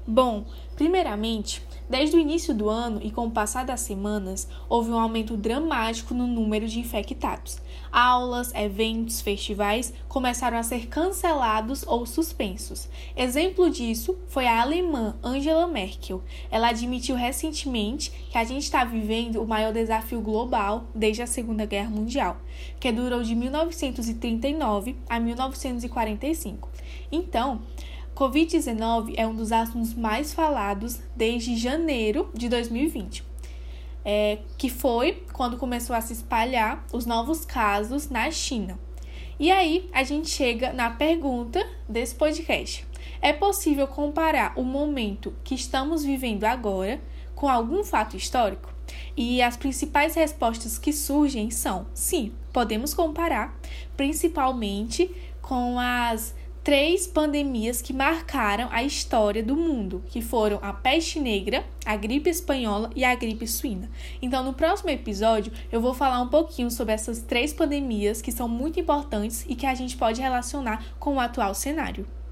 Bom, primeiramente, desde o início do ano e com o passar das semanas, houve um aumento dramático no número de infectados. Aulas, eventos, festivais começaram a ser cancelados ou suspensos. Exemplo disso foi a alemã Angela Merkel. Ela admitiu recentemente que a gente está vivendo o maior desafio global desde a Segunda Guerra Mundial, que durou de 1939 a 1945. Então, Covid-19 é um dos assuntos mais falados desde janeiro de 2020, que foi quando começou a se espalhar os novos casos na China. E aí a gente chega na pergunta desse podcast. É possível comparar o momento que estamos vivendo agora com algum fato histórico? E as principais respostas que surgem são: sim, podemos comparar, principalmente com as 3 pandemias que marcaram a história do mundo, que foram a peste negra, a gripe espanhola e a gripe suína. Então, no próximo episódio, eu vou falar um pouquinho sobre essas 3 pandemias que são muito importantes e que a gente pode relacionar com o atual cenário.